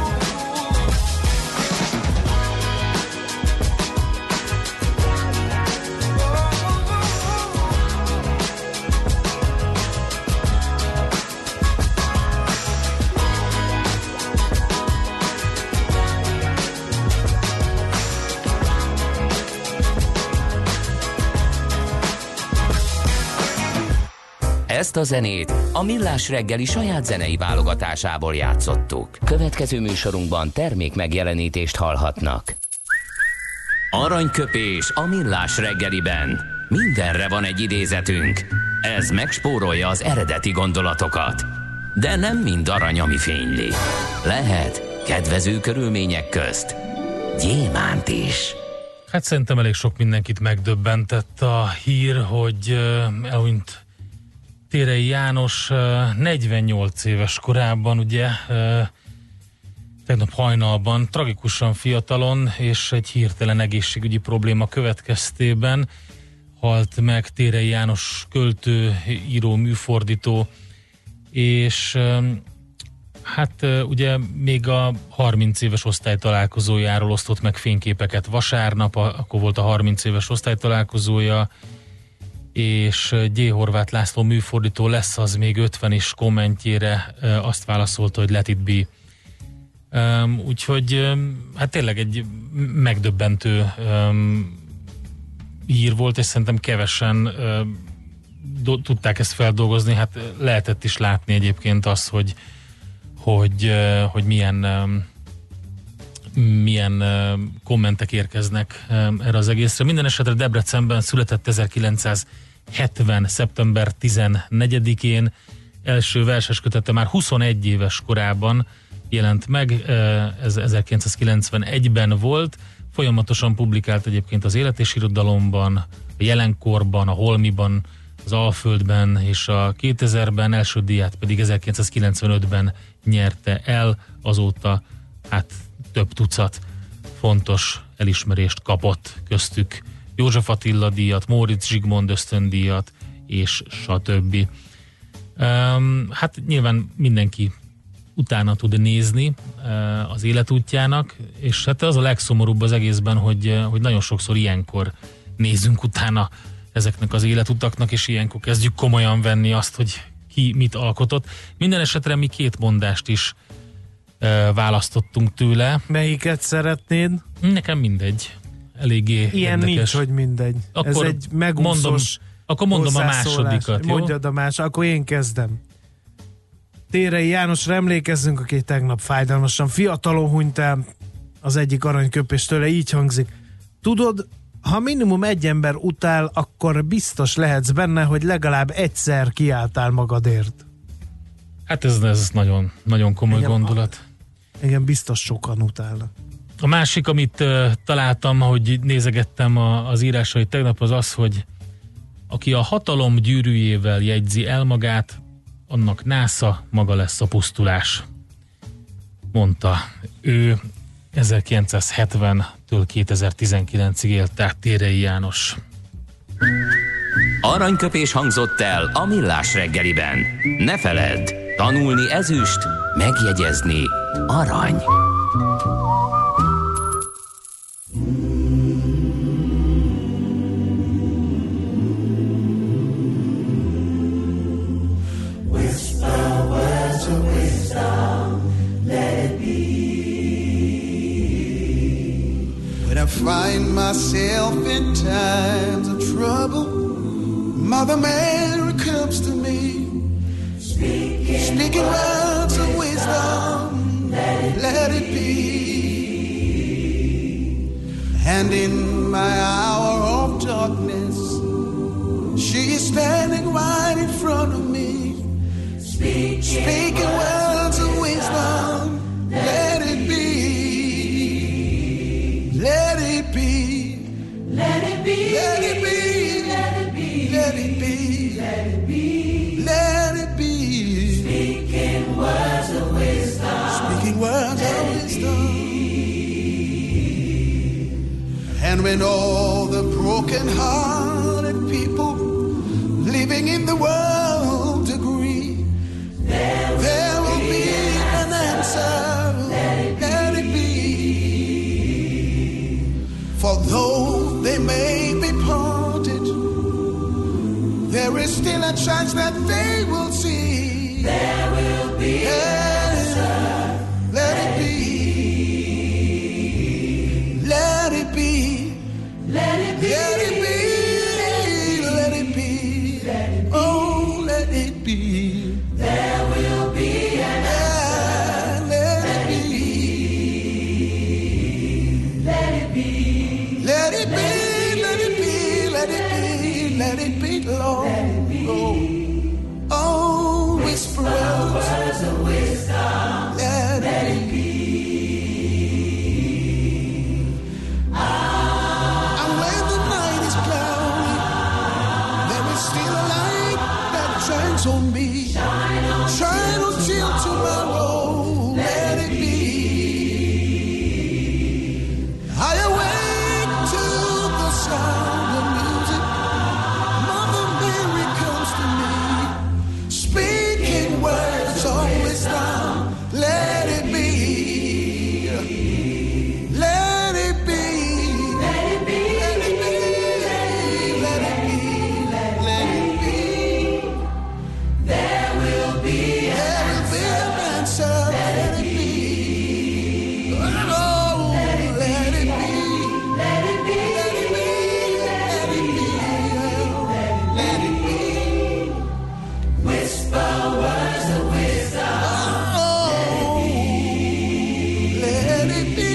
Ezt a zenét a Millás reggeli saját zenei válogatásából játszottuk. Következő műsorunkban termék megjelenítést hallhatnak. Aranyköpés a Millás reggeliben. Mindenre van egy idézetünk. Ez megspórolja az eredeti gondolatokat. De nem mind arany, ami fényli. Lehet kedvező körülmények közt gyémánt is. Hát szerintem elég sok mindenkit megdöbbentett a hír, hogy elhunyt Térei János 48 éves korában, ugye tegnap hajnalban, tragikusan fiatalon, és egy hirtelen egészségügyi probléma következtében halt meg Térei János költő, író, műfordító, és hát ugye még a 30 éves osztálytalálkozójáról osztott meg fényképeket vasárnap, akkor volt a 30 éves osztálytalálkozója, és G. Horváth László műfordító lesz az még 50 is kommentjére azt válaszolta, hogy let it be. Úgyhogy hát tényleg egy megdöbbentő hír volt, és szerintem kevesen tudták ezt feldolgozni. Hát lehetett is látni egyébként azt, hogy milyen kommentek érkeznek erre az egészre. Minden esetre Debrecenben született 1970. szeptember 14-én, első verseskötete már 21 éves korában jelent meg, ez 1991-ben volt, folyamatosan publikált egyébként az Élet és Irodalomban, a Jelenkorban, a Holmiban, az Alföldben, és a 2000-ben első díját pedig 1995-ben nyerte el, azóta hát több tucat fontos elismerést kapott, köztük József Attila díjat, Móricz Zsigmond ösztöndíjat, és stb. Hát nyilván mindenki utána tud nézni az életútjának, és hát az a legszomorúbb az egészben, hogy nagyon sokszor ilyenkor nézzünk utána ezeknek az életutaknak, és ilyenkor kezdjük komolyan venni azt, hogy ki mit alkotott. Minden esetre mi 2 mondást is választottunk tőle. Melyiket szeretnéd? Nekem mindegy. Eléggé ilyen érdekes. Nincs, hogy mindegy. Akkor ez egy megúszós mondom a másodikat, jó? Mondjad a akkor én kezdem. Térei Jánosra emlékezzünk, aki tegnap fájdalmasan fiatalon hunyt el, az egyik aranyköpés tőle így hangzik. Tudod, ha minimum egy ember utál, akkor biztos lehetsz benne, hogy legalább egyszer kiálltál magadért. Hát ez nagyon, nagyon komoly gondolat. Igen, biztos sokan utálnak. A másik, amit találtam, ahogy nézegettem az írásait tegnap, az az, hogy aki a hatalom gyűrűjével jegyzi el magát, annak násza maga lesz a pusztulás, mondta. Ő 1970-től 2019-ig élt, tehát Térei János. Aranyköpés hangzott el a Millás reggeliben. Ne feledd, tanulni ezüst, megjegyezni arany. Find myself in times of trouble, Mother Mary comes to me, speaking words of wisdom, let it be. And in my hour of darkness, she is standing right in front of me, speaking words of wisdom, let it be. Let it be. Let it be. Let it be. Let it be. Let it be. Let it be. Let it be. Speaking words of wisdom. Speaking words of wisdom. And when all the broken-hearted people living in the world agree, there will be an answer. Let it be. For though they may be parted, there is still a chance that they will see. There will be an answer. Let it be. Let it be. Let it be. Let it be. Let it be. Let it be. Oh, let it be. There will be an answer. Let it be. Let it be. Let it be, let it be, let it be, let it be, Lord. Oh, whisper words of wisdom. Let it be. And when the night is cloudy, there is still a light that shines on me. Shine until tomorrow. Let it be. I awake to the sound of music. Mother Mary comes to me, speaking words of wisdom. Let it be. Let it be. Let it be. Let it be. Let it be. Let it be. There will be an answer. Let it be. Oh, let it be. Let it be. Let it be. Let it be. Let it be. Whisper words of wisdom. Oh, let it be.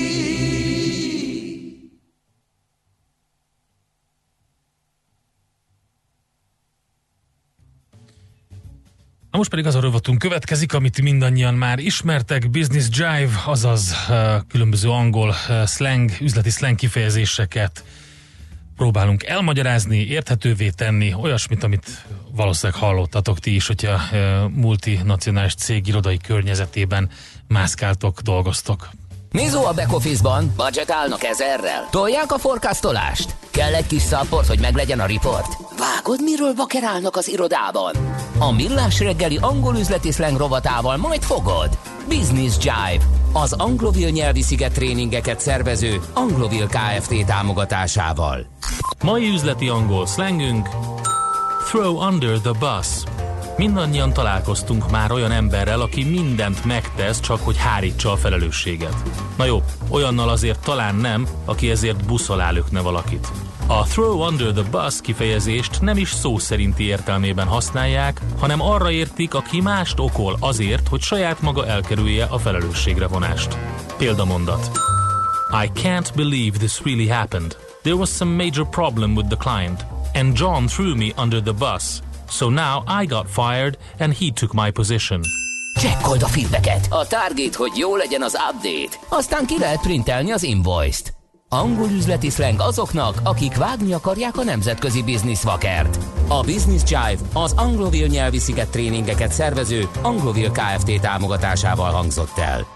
Na most pedig az a rovatunk következik, amit mindannyian már ismertek, Business Jive, azaz különböző angol slang, üzleti slang kifejezéseket próbálunk elmagyarázni, érthetővé tenni, olyasmit, amit valószínűleg hallottatok ti is, hogyha multinacionális cég irodai környezetében mászkáltok, dolgoztok. Mizo a back office-ban? Budgetálnak 1000-rel? Tolják a forecastolást? Kell egy kis support, hogy meglegyen a report? Vágod, miről bakerálnak az irodában? A Millás reggeli angol üzleti szleng rovatával majd fogod. Business Jive, az Anglovil nyelvi sziget tréningeket szervező Anglovil Kft. Támogatásával. Mai üzleti angol szlengünk: throw under the bus. Mindannyian találkoztunk már olyan emberrel, aki mindent megtesz, csak hogy hárítsa a felelősséget. Na jó, olyannal azért talán nem, aki ezért busz alá lökne valakit. A throw under the bus kifejezést nem is szó szerinti értelmében használják, hanem arra értik, aki mást okol azért, hogy saját maga elkerülje a felelősségre vonást. Példamondat: I can't believe this really happened. There was some major problem with the client, and John threw me under the bus. So now I got fired, and he took my position. Csekkold a feedbacket. A target, hogy jó legyen az update. Aztán ki lehet printelni az invoice-t. Angol üzleti szleng azoknak, akik vágni akarják a nemzetközi bizniszvakert. A Business Jive az Anglovil nyelvi sziget tréningeket szervező Anglovil Kft. Támogatásával hangzott el.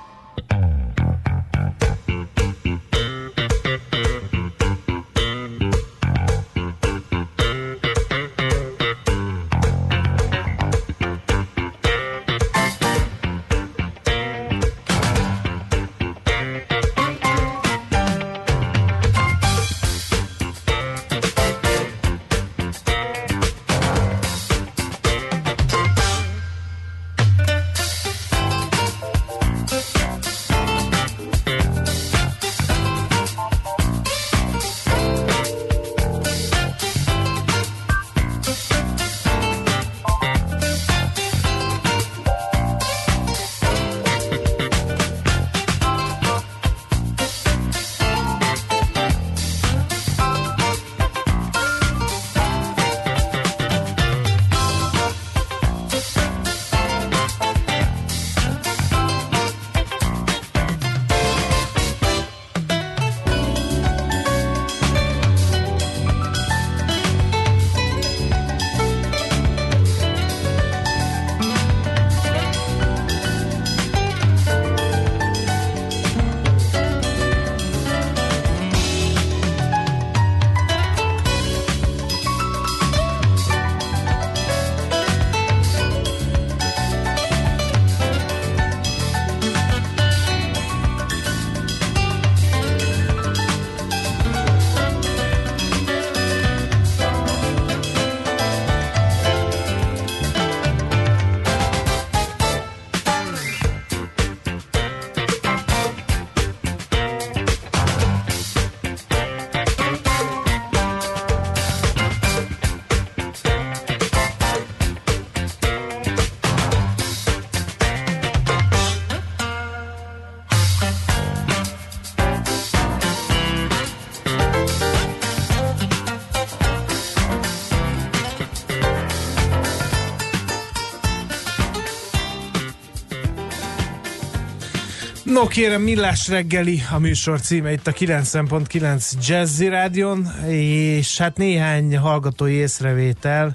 No kérem, Millás reggeli a műsor címe itt a 90.9 Jazzy Rádion, és hát néhány hallgatói észrevétel,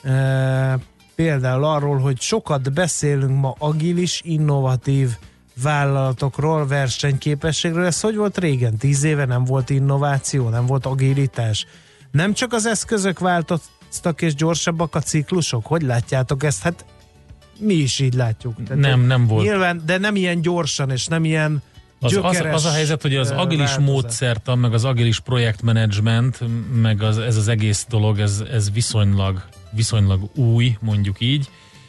például arról, hogy sokat beszélünk ma agilis, innovatív vállalatokról, versenyképességről. Ez hogy volt régen? 10 éve nem volt innováció, nem volt agilitás. Nem csak az eszközök változtak és gyorsabbak a ciklusok? Hogy látjátok ezt? Hát mi is így látjuk. Tehát nem volt. Nyilván, de nem ilyen gyorsan, és nem ilyen gyökeres. Az a helyzet, hogy az agilis módszertan, meg az agilis projektmenedzsment, meg ez az egész dolog, ez viszonylag új, mondjuk így.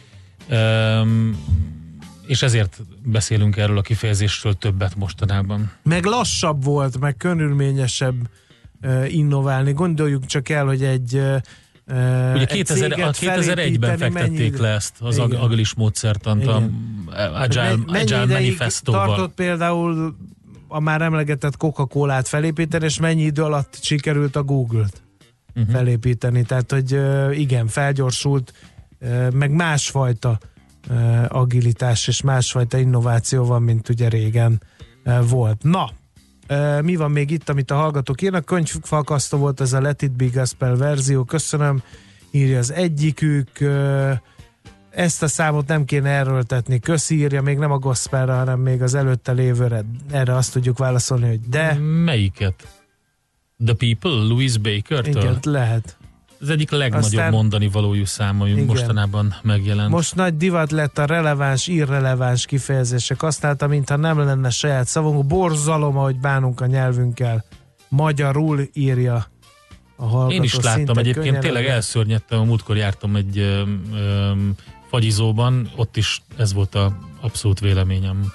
És ezért beszélünk erről a kifejezésről többet mostanában. Meg lassabb volt, meg körülményesebb innoválni. Gondoljuk csak el, hogy ugye 2001-ben fektették le ezt az agilis módszertant a Agile Manifestóval. Tartott például a már emlegetett Coca-Colát felépíteni, és mennyi idő alatt sikerült a Google-t felépíteni. Tehát, hogy igen, felgyorsult, meg másfajta agilitás és másfajta innováció van, mint ugye régen volt. Na, mi van még itt, amit a hallgatók írnak? Könyvfakasztó volt ez a Let It Be Gospel verzió, köszönöm. írja az egyikük. Ezt a számot nem kéne erőltetni. Köszi, írja, még nem a gospelre, hanem még az előtte lévőre. Erre azt tudjuk válaszolni, hogy de. Melyiket? The People? Louise Baker-től? Igen, lehet. Az egyik legnagyobb Aztán, mondani valójú szám, ami mostanában megjelent. Most nagy divat lett a releváns, irreleváns kifejezések használata, mintha nem lenne saját szavunk. Borzalom, ahogy bánunk a nyelvünkkel. Magyarul írja a hallgató. Én is láttam egyébként, tényleg elszörnyedtem, a múltkor jártam egy fagyizóban, ott is ez volt a abszolút véleményem.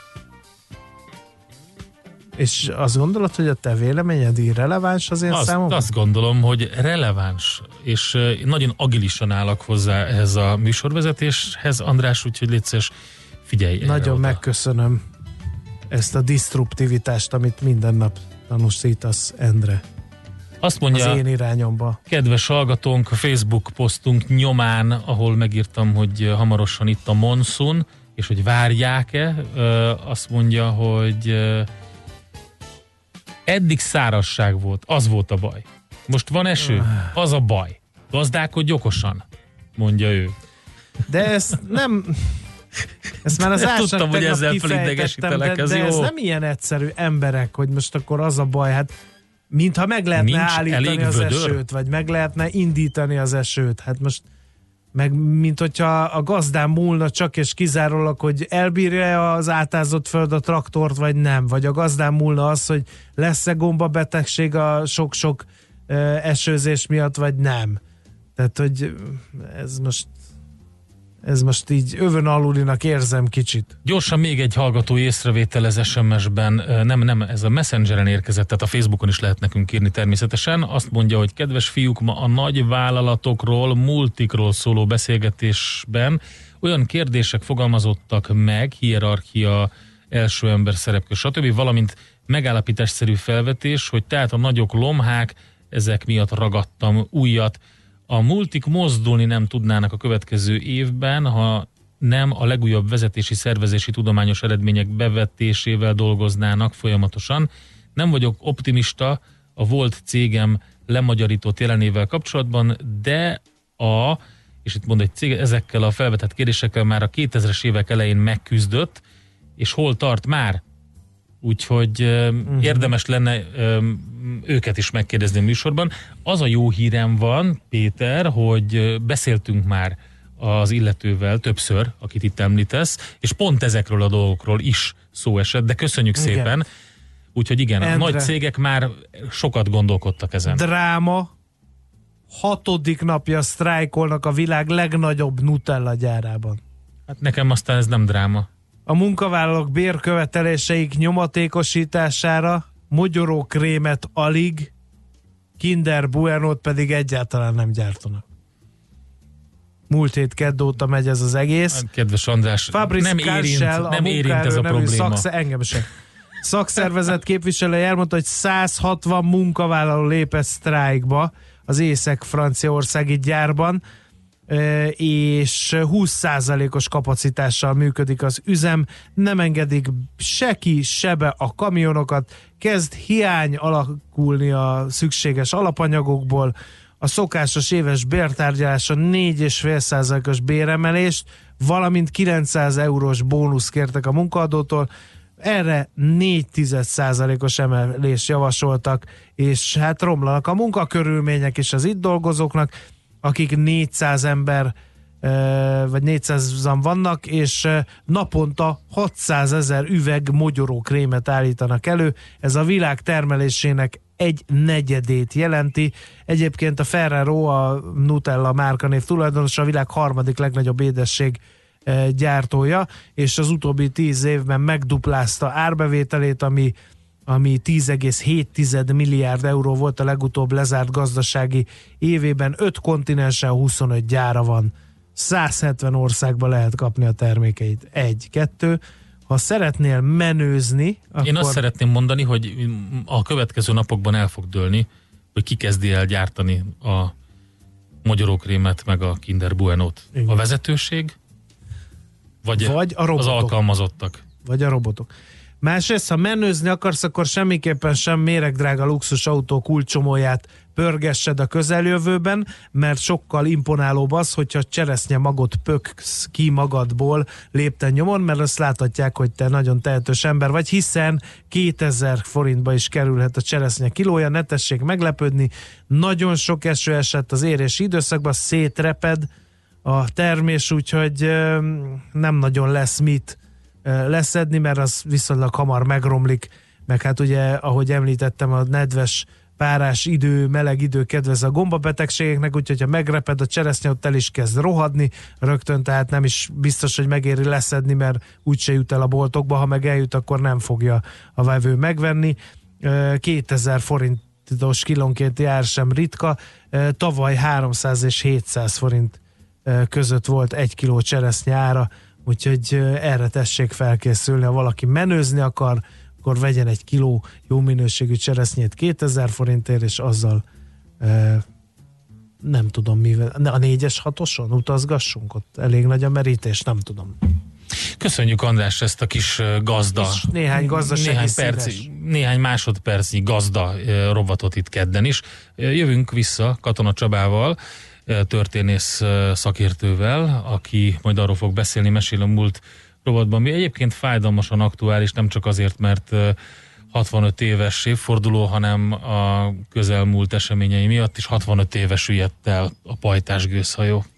És azt gondolod, hogy a te véleményed irreleváns az én számomra? Azt gondolom, hogy releváns, és nagyon agilisan állok hozzá ehhez a műsorvezetéshez, András, úgyhogy légy szíves, figyelj. Nagyon megköszönöm ezt a disztruptivitást, amit minden nap tanúsítasz, Endre. Azt mondja, az én irányomba. Kedves hallgatónk, a Facebook posztunk nyomán, ahol megírtam, hogy hamarosan itt a monszun, és hogy várják-e, azt mondja, hogy eddig szárazság volt, az volt a baj. Most van eső, az a baj. Gazdálkodj okosan, mondja ő. De ezt nem... Ezt már az tudtam, hogy ezzel kifejtettem, de ez nem ilyen egyszerű emberek, hogy most akkor az a baj, hát mintha meg lehetne állítani az esőt, vagy meg lehetne indítani az esőt. Hát most meg mint hogyha a gazdán múlna csak és kizárólag, hogy elbírja az átázott föld a traktort, vagy nem. Vagy a gazdán múlna az, hogy lesz-e gombabetegség a sok-sok esőzés miatt, vagy nem. Tehát, hogy ez most így övön alulinak érzem kicsit. Gyorsan még egy hallgató észrevétel az SMS-ben, nem, ez a Messengeren érkezett, tehát a Facebookon is lehet nekünk írni természetesen. Azt mondja, hogy kedves fiúk, ma a nagy vállalatokról, multikról szóló beszélgetésben olyan kérdések fogalmazottak meg, hierarchia, első ember szerepkör, stb., valamint megállapításszerű felvetés, hogy tehát a nagyok lomhák, ezek miatt ragadtam újat. A multik mozdulni nem tudnának a következő évben, ha nem a legújabb vezetési szervezési tudományos eredmények bevetésével dolgoznának folyamatosan. Nem vagyok optimista a volt cégem lemagyarított jelenével kapcsolatban, de és itt mond egy cég, ezekkel a felvetett kérdésekkel már a 2000-es évek elején megküzdött, és hol tart már? Úgyhogy érdemes lenne őket is megkérdezni a műsorban. Az a jó hírem van, Péter, hogy beszéltünk már az illetővel többször, akit itt említesz, és pont ezekről a dolgokról is szó esett, de köszönjük szépen. Úgyhogy igen, Endre, a nagy cégek már sokat gondolkodtak ezen. Dráma, 6. napja sztrájkolnak a világ legnagyobb Nutella gyárában. Hát nekem aztán ez nem dráma. A munkavállalók bérköveteléseik nyomatékosítására mogyorókrémet alig, Kinder Buenót pedig egyáltalán nem gyártanak. Múlt hét kedd óta megy ez az egész. Kedves András, nem érint ez a probléma. Engem sem. Szakszervezet képviselője elmondta, hogy 160 munkavállaló lépett sztrájkba az Észak-Franciaországi gyárban, és 20%-os kapacitással működik az üzem, nem engedik se ki, se be a kamionokat, kezd hiány alakulni a szükséges alapanyagokból, a szokásos éves bértárgyaláson 4,5%-os béremelést, valamint 900 eurós bónusz kértek a munkaadótól, erre 4,1%-os emelést javasoltak, és hát romlanak a munkakörülmények is az itt dolgozóknak, akik 400 ember, vagy 400-an vannak, és naponta 600 000 üveg mogyorókrémet állítanak elő. Ez a világ termelésének 1/4 jelenti. Egyébként a Ferrero, a Nutella márkanév tulajdonosa, a világ 3. legnagyobb édesség gyártója, és az utóbbi 10 évben megduplázta árbevételét, ami 10,7 milliárd euró volt a legutóbb lezárt gazdasági évében. 5 kontinensen 25 gyára van. 170 országban lehet kapni a termékeit. 1-2. Ha szeretnél menőzni, akkor... Én azt szeretném mondani, hogy a következő napokban el fog dőlni, hogy ki kezdi el gyártani a mogyorókrémet meg a Kinder Buenót. Igen. A vezetőség? Vagy a robotok. Az alkalmazottak? Vagy a robotok. Másrészt, ha menőzni akarsz, akkor semmiképpen sem méregdrága luxusautó kulcsomóját pörgessed a közeljövőben, mert sokkal imponálóbb az, hogyha cseresznye magot pöksz ki magadból lépten nyomon, mert azt láthatják, hogy te nagyon tehetős ember vagy, hiszen 2000 forintba is kerülhet a cseresznye kilója, ne tessék meglepődni, nagyon sok eső esett az érési időszakban, szétreped a termés, úgyhogy nem nagyon lesz mit leszedni, mert az viszonylag hamar megromlik, meg hát ugye, ahogy említettem, a nedves párás idő, meleg idő kedvez a gombabetegségeknek, úgyhogy ha megreped a cseresznye, ott el is kezd rohadni rögtön, tehát nem is biztos, hogy megéri leszedni, mert úgyse jut el a boltokba, ha meg eljut, akkor nem fogja a vevő megvenni. 2000 forintos kilónkénti ár sem ritka, tavaly 300 és 700 forint között volt 1 kiló cseresznye ára, úgyhogy erre tessék felkészülni, ha valaki menőzni akar, akkor vegyen 1 kiló jó minőségű cseresznyét 2000 forintért, és azzal nem tudom mivel, a 4-es 6-oson utazgassunk, ott elég nagy a merítés, nem tudom. Köszönjük, András, ezt a kis gazda. És néhány gazdasági néhány másodpercnyi gazda rovatot itt kedden is. Jövünk vissza Katona Csabával, történész szakértővel, aki majd arról fog beszélni, mesél a múlt rovatban, mi egyébként fájdalmasan aktuális, nem csak azért, mert 65 éves évforduló, hanem a közelmúlt eseményei miatt is 65 éves üllyedt el a pajtás gőzhajó.